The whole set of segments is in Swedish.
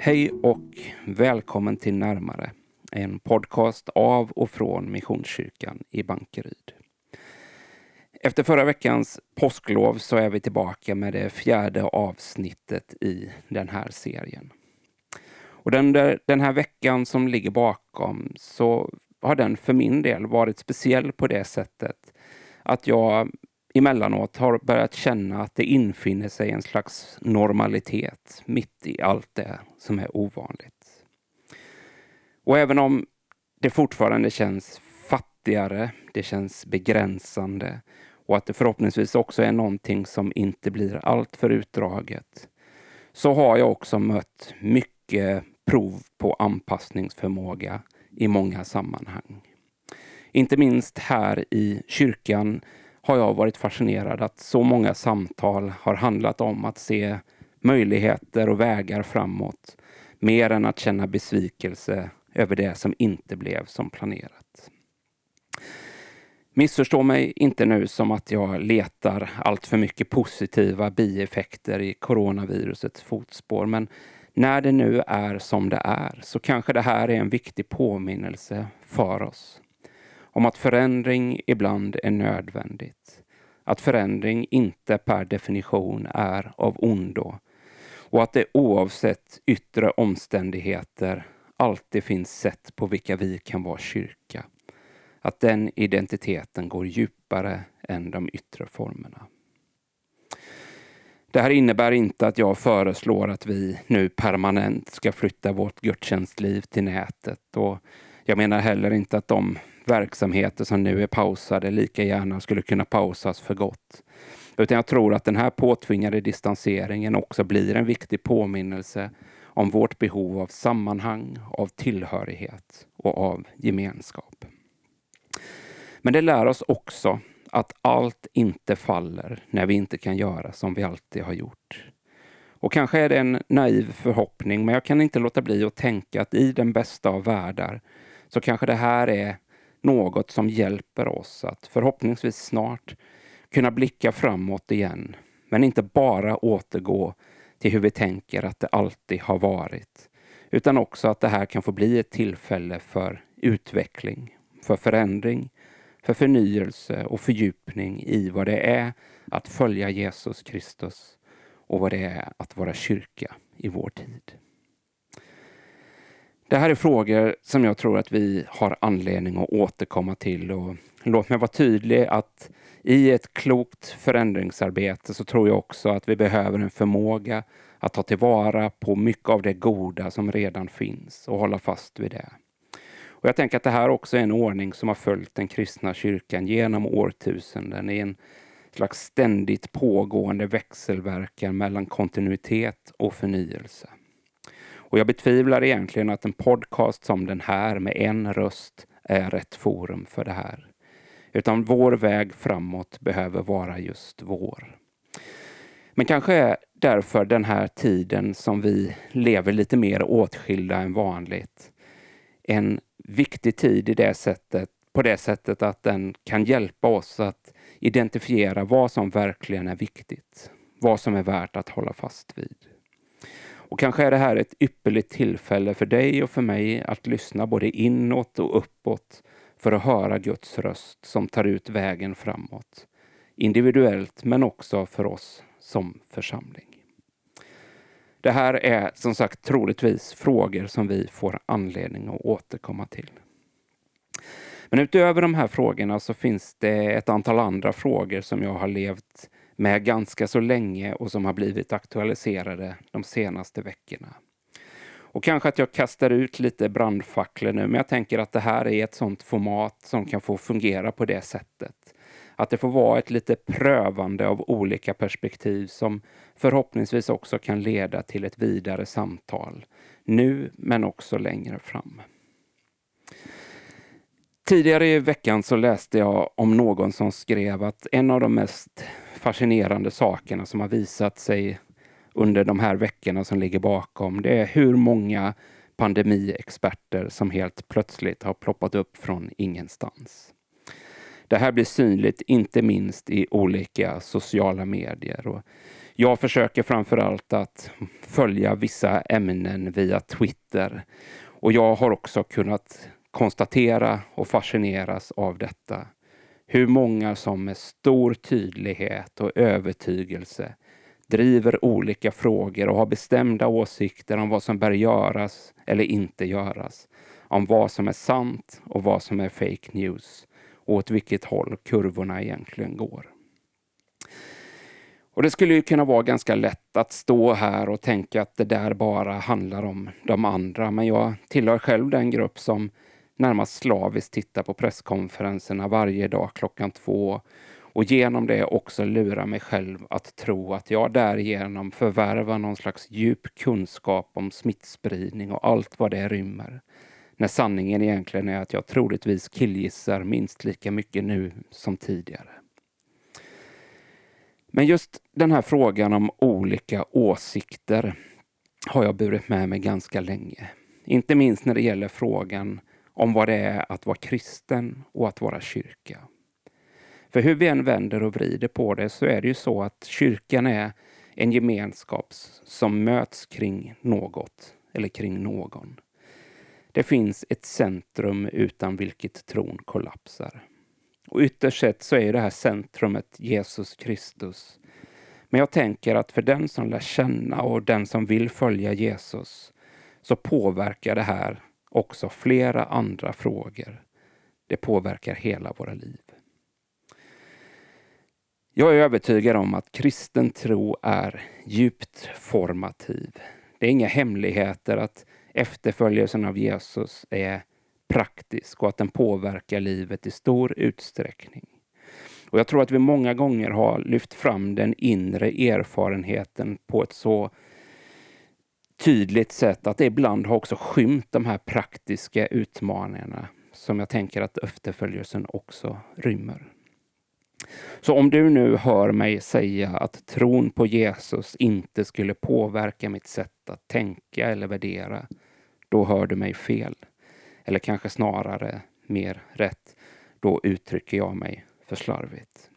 Hej och välkommen till Närmare, en podcast av och från Missionskyrkan i Bankeryd. Efter förra veckans påsklov så är vi tillbaka med det 4:e avsnittet i den här serien. Och den här veckan som ligger bakom så har den för min del varit speciell på det sättet att jag emellanåt har börjat känna att det infinner sig en slags normalitet mitt i allt det som är ovanligt. Och även om det fortfarande känns fattigare, det känns begränsande och att det förhoppningsvis också är någonting som inte blir allt för utdraget, så har jag också mött mycket prov på anpassningsförmåga i många sammanhang. Inte minst här i kyrkan har jag varit fascinerad att så många samtal har handlat om att se möjligheter och vägar framåt, mer än att känna besvikelse över det som inte blev som planerat. Missförstå mig inte nu som att jag letar allt för mycket positiva bieffekter i coronavirusets fotspår, men när det nu är som det är så kanske det här är en viktig påminnelse för oss om att förändring ibland är nödvändigt. Att förändring inte per definition är av ondo. Och att det oavsett yttre omständigheter alltid finns sätt på vilka vi kan vara kyrka. Att den identiteten går djupare än de yttre formerna. Det här innebär inte att jag föreslår att vi nu permanent ska flytta vårt gudstjänstliv till nätet. Och jag menar heller inte att de verksamheter som nu är pausade lika gärna skulle kunna pausas för gott. Utan jag tror att den här påtvingade distanseringen också blir en viktig påminnelse om vårt behov av sammanhang, av tillhörighet och av gemenskap. Men det lär oss också att allt inte faller när vi inte kan göra som vi alltid har gjort. Och kanske är det en naiv förhoppning, men jag kan inte låta bli att tänka att i den bästa av världar så kanske det här är något som hjälper oss att förhoppningsvis snart kunna blicka framåt igen, men inte bara återgå till hur vi tänker att det alltid har varit, utan också att det här kan få bli ett tillfälle för utveckling, för förändring, för förnyelse och fördjupning i vad det är att följa Jesus Kristus och vad det är att vara kyrka i vår tid. Det här är frågor som jag tror att vi har anledning att återkomma till, och låt mig vara tydlig att i ett klokt förändringsarbete så tror jag också att vi behöver en förmåga att ta tillvara på mycket av det goda som redan finns och hålla fast vid det. Och jag tänker att det här också är en ordning som har följt den kristna kyrkan genom årtusenden i en slags ständigt pågående växelverkan mellan kontinuitet och förnyelse. Och jag betvivlar egentligen att en podcast som den här med en röst är rätt forum för det här. Utan vår väg framåt behöver vara just vår. Men kanske är därför den här tiden som vi lever lite mer åtskilda än vanligt en viktig tid på det sättet att den kan hjälpa oss att identifiera vad som verkligen är viktigt. Vad som är värt att hålla fast vid. Och kanske är det här ett ypperligt tillfälle för dig och för mig att lyssna både inåt och uppåt för att höra Guds röst som tar ut vägen framåt. Individuellt men också för oss som församling. Det här är som sagt troligtvis frågor som vi får anledning att återkomma till. Men utöver de här frågorna så finns det ett antal andra frågor som jag har levt med ganska så länge och som har blivit aktualiserade de senaste veckorna. Och kanske att jag kastar ut lite brandfacklor nu, men jag tänker att det här är ett sånt format som kan få fungera på det sättet. Att det får vara ett lite prövande av olika perspektiv som förhoppningsvis också kan leda till ett vidare samtal. Nu men också längre fram. Tidigare i veckan så läste jag om någon som skrev att en av de mest fascinerande sakerna som har visat sig under de här veckorna som ligger bakom, det är hur många pandemiexperter som helt plötsligt har ploppat upp från ingenstans. Det här blir synligt inte minst i olika sociala medier. Och jag försöker framförallt att följa vissa ämnen via Twitter. Och jag har också kunnat konstatera och fascineras av detta. Hur många som med stor tydlighet och övertygelse driver olika frågor och har bestämda åsikter om vad som bör göras eller inte göras. Om vad som är sant och vad som är fake news. Och åt vilket håll kurvorna egentligen går. Och det skulle ju kunna vara ganska lätt att stå här och tänka att det där bara handlar om de andra. Men jag tillhör själv den grupp som närmast slaviskt tittar på presskonferenserna varje dag 2:00. Och genom det också lura mig själv att tro att jag därigenom förvärvar någon slags djup kunskap om smittspridning och allt vad det rymmer. När sanningen egentligen är att jag troligtvis killgissar minst lika mycket nu som tidigare. Men just den här frågan om olika åsikter har jag burit med mig ganska länge. Inte minst när det gäller frågan om vad det är att vara kristen och att vara kyrka. För hur vi än vänder och vrider på det så är det ju så att kyrkan är en gemenskap som möts kring något eller kring någon. Det finns ett centrum utan vilket tron kollapsar. Och ytterst sett så är det här centrumet Jesus Kristus. Men jag tänker att för den som lär känna och den som vill följa Jesus så påverkar det här också flera andra frågor. Det påverkar hela våra liv. Jag är övertygad om att kristen tro är djupt formativ. Det är inga hemligheter att efterföljelsen av Jesus är praktisk och att den påverkar livet i stor utsträckning. Och jag tror att vi många gånger har lyft fram den inre erfarenheten på ett så tydligt sätt att det ibland har också skymt de här praktiska utmaningarna som jag tänker att efterföljelsen också rymmer. Så om du nu hör mig säga att tron på Jesus inte skulle påverka mitt sätt att tänka eller värdera, då hör du mig fel. Eller kanske snarare mer rätt, då uttrycker jag mig för slarvigt.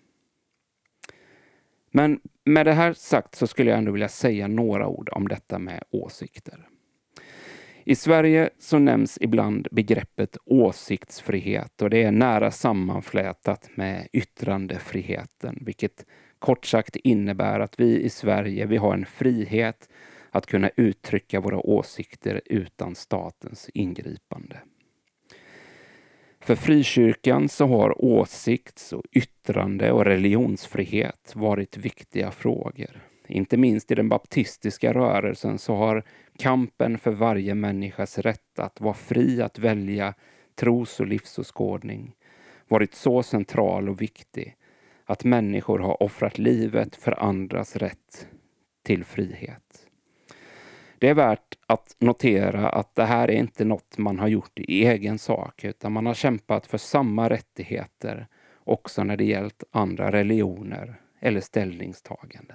Men med det här sagt så skulle jag ändå vilja säga några ord om detta med åsikter. I Sverige så nämns ibland begreppet åsiktsfrihet och det är nära sammanflätat med yttrandefriheten, vilket kort sagt innebär att vi i Sverige vi har en frihet att kunna uttrycka våra åsikter utan statens ingripande. För frikyrkan så har åsikts- och yttrande- och religionsfrihet varit viktiga frågor. Inte minst i den baptistiska rörelsen så har kampen för varje människas rätt att vara fri att välja tros- och livsåskådning varit så central och viktig att människor har offrat livet för andras rätt till frihet. Det är värt att notera att det här är inte något man har gjort i egen sak utan man har kämpat för samma rättigheter också när det gällt andra religioner eller ställningstagande.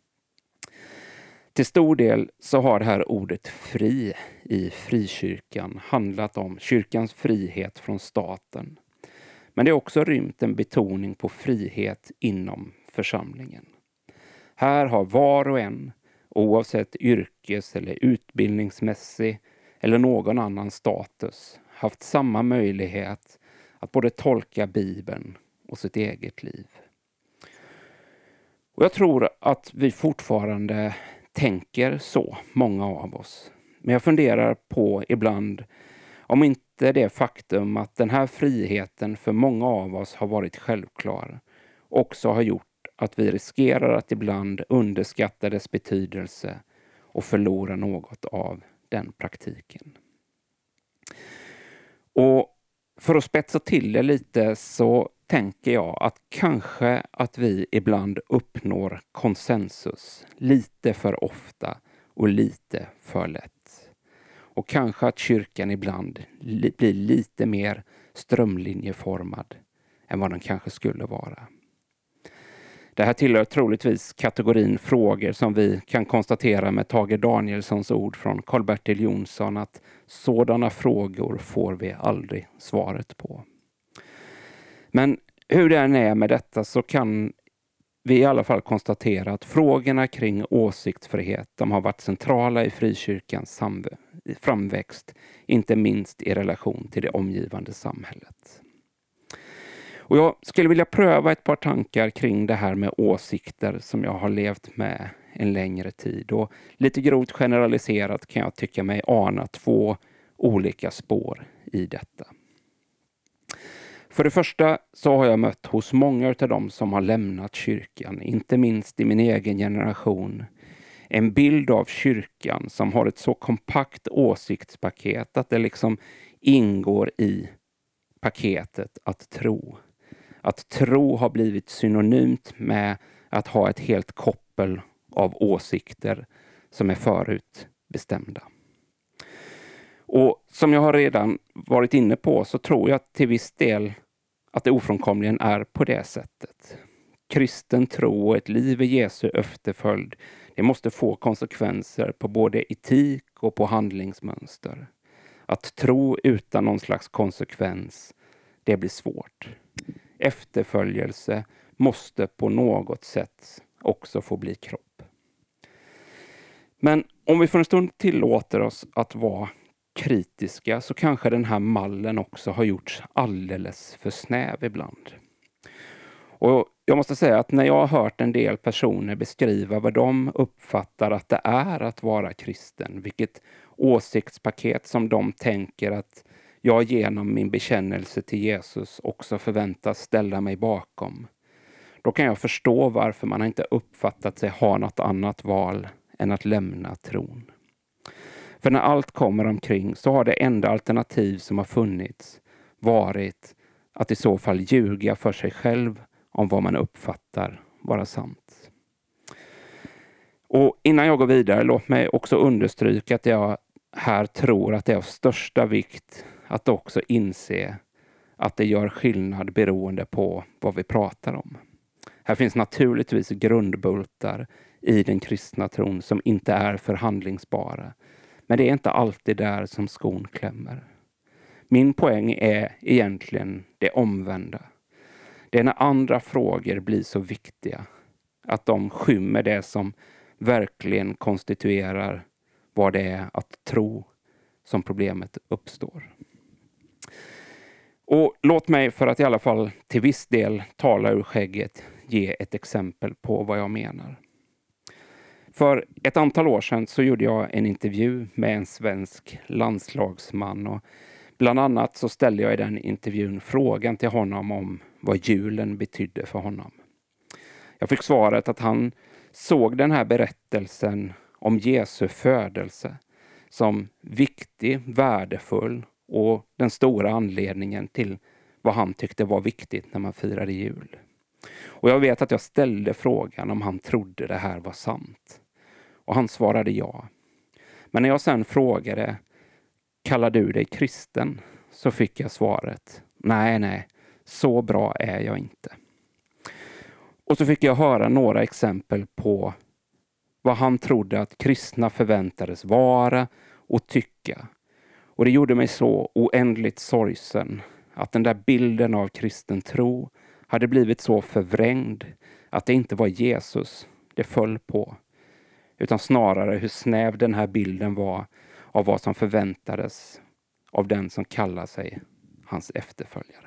Till stor del så har det här ordet fri i frikyrkan handlat om kyrkans frihet från staten. Men det är också rymt en betoning på frihet inom församlingen. Här har var och en, oavsett yrkes- eller utbildningsmässig eller någon annan status, haft samma möjlighet att både tolka Bibeln och sitt eget liv. Och jag tror att vi fortfarande tänker så, många av oss. Men jag funderar på ibland om inte det faktum att den här friheten för många av oss har varit självklar också har gjort att vi riskerar att ibland underskatta dess betydelse och förlora något av den praktiken. Och för att spetsa till det lite så tänker jag att kanske att vi ibland uppnår konsensus lite för ofta och lite för lätt. Och kanske att kyrkan ibland blir lite mer strömlinjeformad än vad den kanske skulle vara. Det här tillhör troligtvis kategorin frågor som vi kan konstatera med Tage Danielssons ord från Karl-Bertil Jonsson att sådana frågor får vi aldrig svaret på. Men hur det än är med detta så kan vi i alla fall konstatera att frågorna kring åsiktsfrihet, de har varit centrala i frikyrkans framväxt, inte minst i relation till det omgivande samhället. Och jag skulle vilja pröva ett par tankar kring det här med åsikter som jag har levt med en längre tid. Och lite grovt generaliserat kan jag tycka mig ana 2 olika spår i detta. För det första så har jag mött hos många av dem som har lämnat kyrkan, inte minst i min egen generation, en bild av kyrkan som har ett så kompakt åsiktspaket att det liksom ingår i paketet att tro. Att tro har blivit synonymt med att ha ett helt koppel av åsikter som är förutbestämda. Och som jag har redan varit inne på så tror jag till viss del att det ofrånkomligen är på det sättet. Kristen tro och ett liv i Jesu efterföljd, det måste få konsekvenser på både etik och på handlingsmönster. Att tro utan någon slags konsekvens, det blir svårt. Efterföljelse måste på något sätt också få bli kropp. Men om vi för en stund tillåter oss att vara kritiska så kanske den här mallen också har gjorts alldeles för snäv ibland. Och jag måste säga att när jag har hört en del personer beskriva vad de uppfattar att det är att vara kristen, vilket åsiktspaket som de tänker att jag genom min bekännelse till Jesus också förväntas ställa mig bakom, då kan jag förstå varför man inte uppfattat sig ha något annat val än att lämna tron. För när allt kommer omkring så har det enda alternativ som har funnits varit att i så fall ljuga för sig själv om vad man uppfattar vara sant. Och innan jag går vidare, låt mig också understryka att jag här tror att det är av största vikt att också inse att det gör skillnad beroende på vad vi pratar om. Här finns naturligtvis grundbultar i den kristna tron som inte är förhandlingsbara. Men det är inte alltid där som skon klämmer. Min poäng är egentligen det omvända. Det är när andra frågor blir så viktiga att de skymmer det som verkligen konstituerar vad det är att tro som problemet uppstår. Och låt mig för att i alla fall till viss del tala ur skägget ge ett exempel på vad jag menar. För ett antal år sedan så gjorde jag en intervju med en svensk landslagsman och bland annat så ställde jag i den intervjun frågan till honom om vad julen betydde för honom. Jag fick svaret att han såg den här berättelsen om Jesu födelse som viktig, värdefull och den stora anledningen till vad han tyckte var viktigt när man firade jul. Och jag vet att jag ställde frågan om han trodde det här var sant. Och han svarade ja. Men när jag sen frågade, kallar du dig kristen? Så fick jag svaret, nej, så bra är jag inte. Och så fick jag höra några exempel på vad han trodde att kristna förväntades vara och tycka. Och det gjorde mig så oändligt sorgsen att den där bilden av kristen tro hade blivit så förvrängd att det inte var Jesus det föll på, utan snarare hur snäv den här bilden var av vad som förväntades av den som kallar sig hans efterföljare.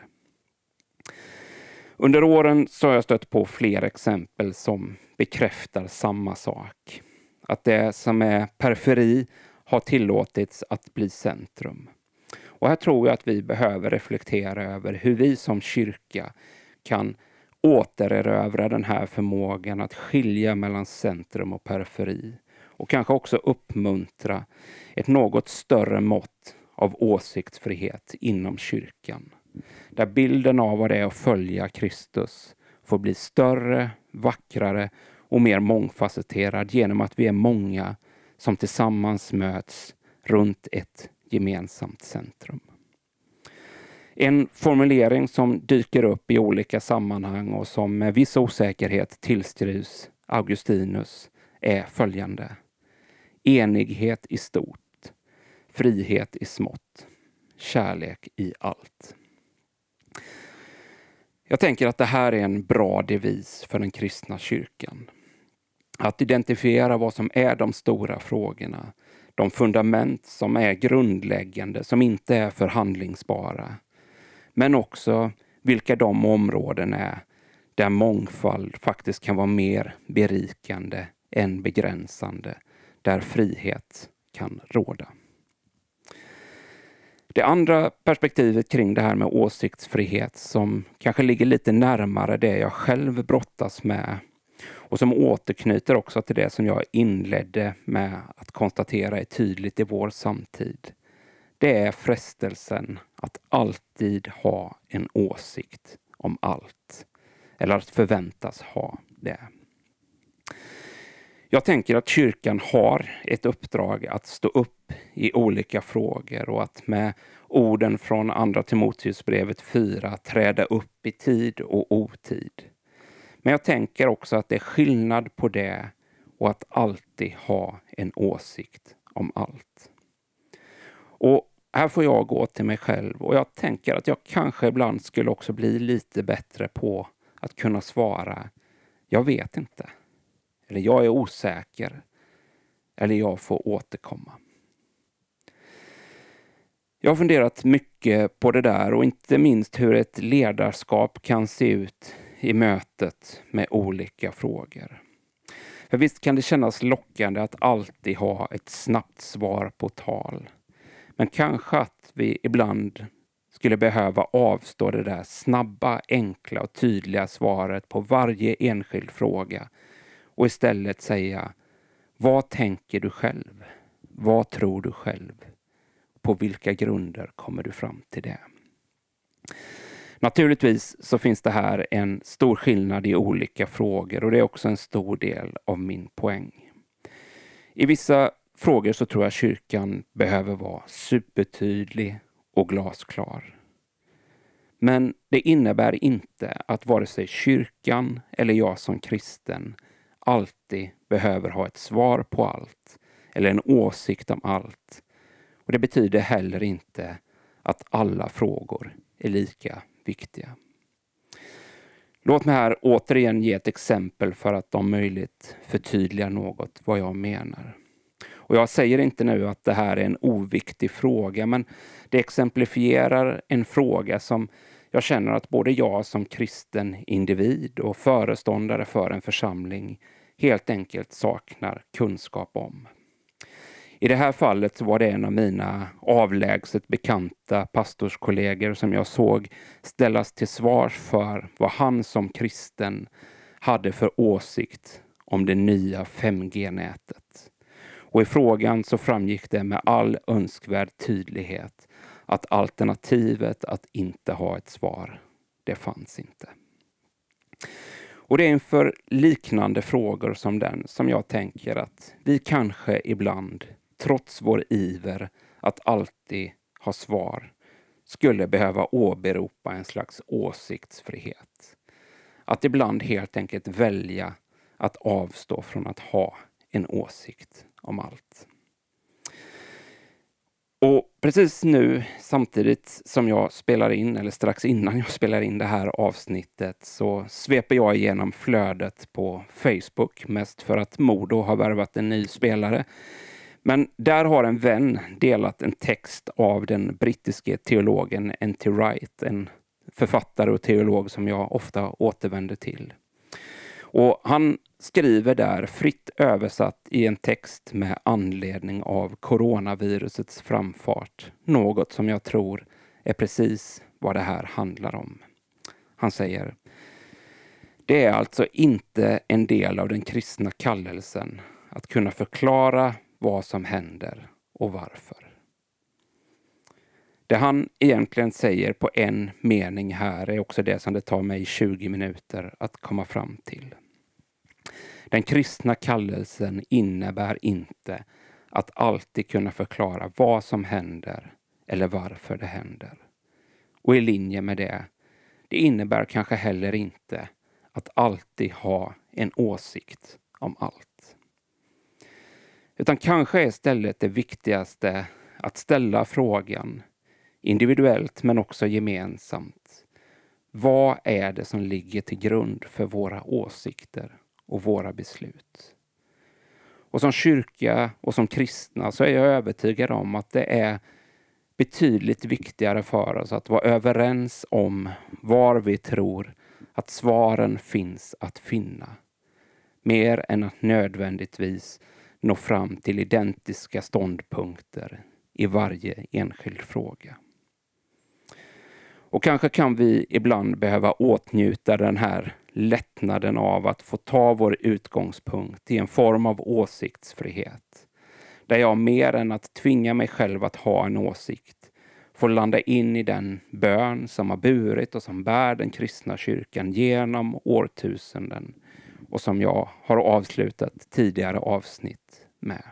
Under åren så har jag stött på fler exempel som bekräftar samma sak. Att det som är periferi har tillåtits att bli centrum. Och här tror jag att vi behöver reflektera över hur vi som kyrka kan återerövra den här förmågan att skilja mellan centrum och periferi. Och kanske också uppmuntra ett något större mått av åsiktsfrihet inom kyrkan. Där bilden av vad det är att följa Kristus får bli större, vackrare och mer mångfacetterad genom att vi är många som tillsammans möts runt ett gemensamt centrum. En formulering som dyker upp i olika sammanhang och som med viss osäkerhet tillskrivs Augustinus är följande. Enighet i stort, frihet i smått, kärlek i allt. Jag tänker att det här är en bra devis för den kristna kyrkan. Att identifiera vad som är de stora frågorna, de fundament som är grundläggande, som inte är förhandlingsbara. Men också vilka de områden är där mångfald faktiskt kan vara mer berikande än begränsande, där frihet kan råda. Det andra perspektivet kring det här med åsiktsfrihet som kanske ligger lite närmare det jag själv brottas med och som återknyter också till det som jag inledde med att konstatera är tydligt i vår samtid. Det är frestelsen att alltid ha en åsikt om allt. Eller att förväntas ha det. Jag tänker att kyrkan har ett uppdrag att stå upp i olika frågor och att med orden från andra Timoteusbrevet 4 träda upp i tid och otid. Men jag tänker också att det är skillnad på det och att alltid ha en åsikt om allt. Och här får jag gå till mig själv och jag tänker att jag kanske ibland skulle också bli lite bättre på att kunna svara, jag vet inte. Eller jag är osäker. Eller jag får återkomma. Jag har funderat mycket på det där och inte minst hur ett ledarskap kan se ut i mötet med olika frågor. För visst kan det kännas lockande att alltid ha ett snabbt svar på tal. Men kanske att vi ibland skulle behöva avstå det där snabba, enkla och tydliga svaret på varje enskild fråga och istället säga, vad tänker du själv? Vad tror du själv? På vilka grunder kommer du fram till det? Naturligtvis så finns det här en stor skillnad i olika frågor och det är också en stor del av min poäng. I vissa frågor så tror jag kyrkan behöver vara supertydlig och glasklar. Men det innebär inte att vare sig kyrkan eller jag som kristen alltid behöver ha ett svar på allt eller en åsikt om allt. Och det betyder heller inte att alla frågor är lika viktiga. Låt mig här återigen ge ett exempel för att om möjligt förtydliga något vad jag menar. Och jag säger inte nu att det här är en oviktig fråga, men det exemplifierar en fråga som jag känner att både jag som kristen individ och föreståndare för en församling helt enkelt saknar kunskap om. I det här fallet så var det en av mina avlägset bekanta pastorskollegor som jag såg ställas till svars för vad han som kristen hade för åsikt om det nya 5G-nätet. Och i frågan så framgick det med all önskvärd tydlighet att alternativet att inte ha ett svar, det fanns inte. Och det är inför liknande frågor som den som jag tänker att vi kanske ibland, trots vår iver att alltid ha svar, skulle behöva åberopa en slags åsiktsfrihet. Att ibland helt enkelt välja att avstå från att ha en åsikt om allt. Och precis nu, samtidigt som jag spelar in, eller strax innan jag spelar in det här avsnittet, så sveper jag igenom flödet på Facebook, mest för att Modo har värvat en ny spelare. Men där har en vän delat en text av den brittiske teologen N.T. Wright, en författare och teolog som jag ofta återvänder till. Och han skriver där fritt översatt i en text med anledning av coronavirusets framfart. Något som jag tror är precis vad det här handlar om. Han säger: det är alltså inte en del av den kristna kallelsen att kunna förklara vad som händer och varför. Det han egentligen säger på en mening här är också det som det tar mig 20 minuter att komma fram till. Den kristna kallelsen innebär inte att alltid kunna förklara vad som händer eller varför det händer. Och i linje med det innebär kanske heller inte att alltid ha en åsikt om allt. Utan kanske är istället det viktigaste att ställa frågan individuellt men också gemensamt. Vad är det som ligger till grund för våra åsikter och våra beslut? Och som kyrka och som kristna så är jag övertygad om att det är betydligt viktigare för oss att vara överens om var vi tror att svaren finns att finna. Mer än att nödvändigtvis nå fram till identiska ståndpunkter i varje enskild fråga. Och kanske kan vi ibland behöva åtnjuta den här lättnaden av att få ta vår utgångspunkt i en form av åsiktsfrihet. Där jag mer än att tvinga mig själv att ha en åsikt får landa in i den bön som har burit och som bär den kristna kyrkan genom årtusenden och som jag har avslutat tidigare avsnitt med.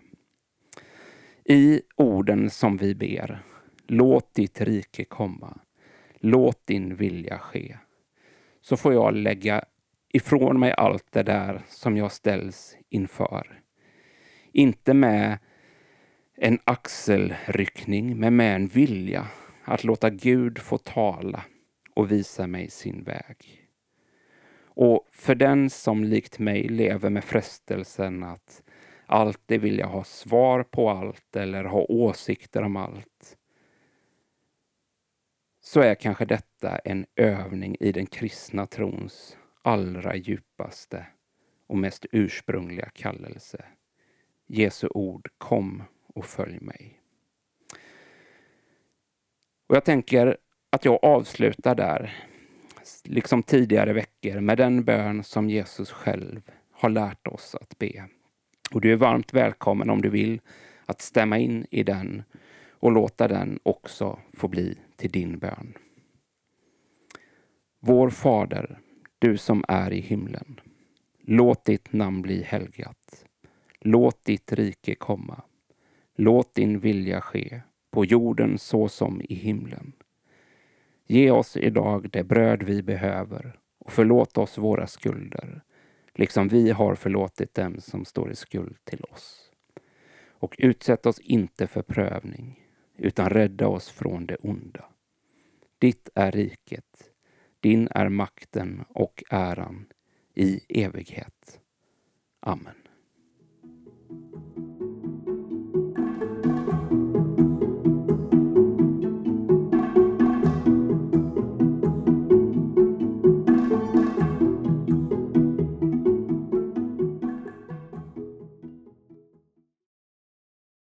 I orden som vi ber, låt ditt rike komma, låt din vilja ske, så får jag lägga ifrån mig allt det där som jag ställs inför. Inte med en axelryckning, men med en vilja att låta Gud få tala och visa mig sin väg. Och för den som likt mig lever med frestelsen att alltid vilja ha svar på allt eller ha åsikter om allt, så är kanske detta en övning i den kristna trons allra djupaste och mest ursprungliga kallelse. Jesu ord, kom och följ mig. Och jag tänker att jag avslutar där, liksom tidigare veckor, med den bön som Jesus själv har lärt oss att be. Och du är varmt välkommen om du vill att stämma in i den och låta den också få bli till din bön. Vår Fader, du som är i himlen, låt ditt namn bli helgat. Låt ditt rike komma. Låt din vilja ske på jorden så som i himlen. Ge oss idag det bröd vi behöver och förlåt oss våra skulder, liksom vi har förlåtit dem som står i skuld till oss. Och utsätt oss inte för prövning, utan rädda oss från det onda. Ditt är riket, din är makten och äran i evighet. Amen.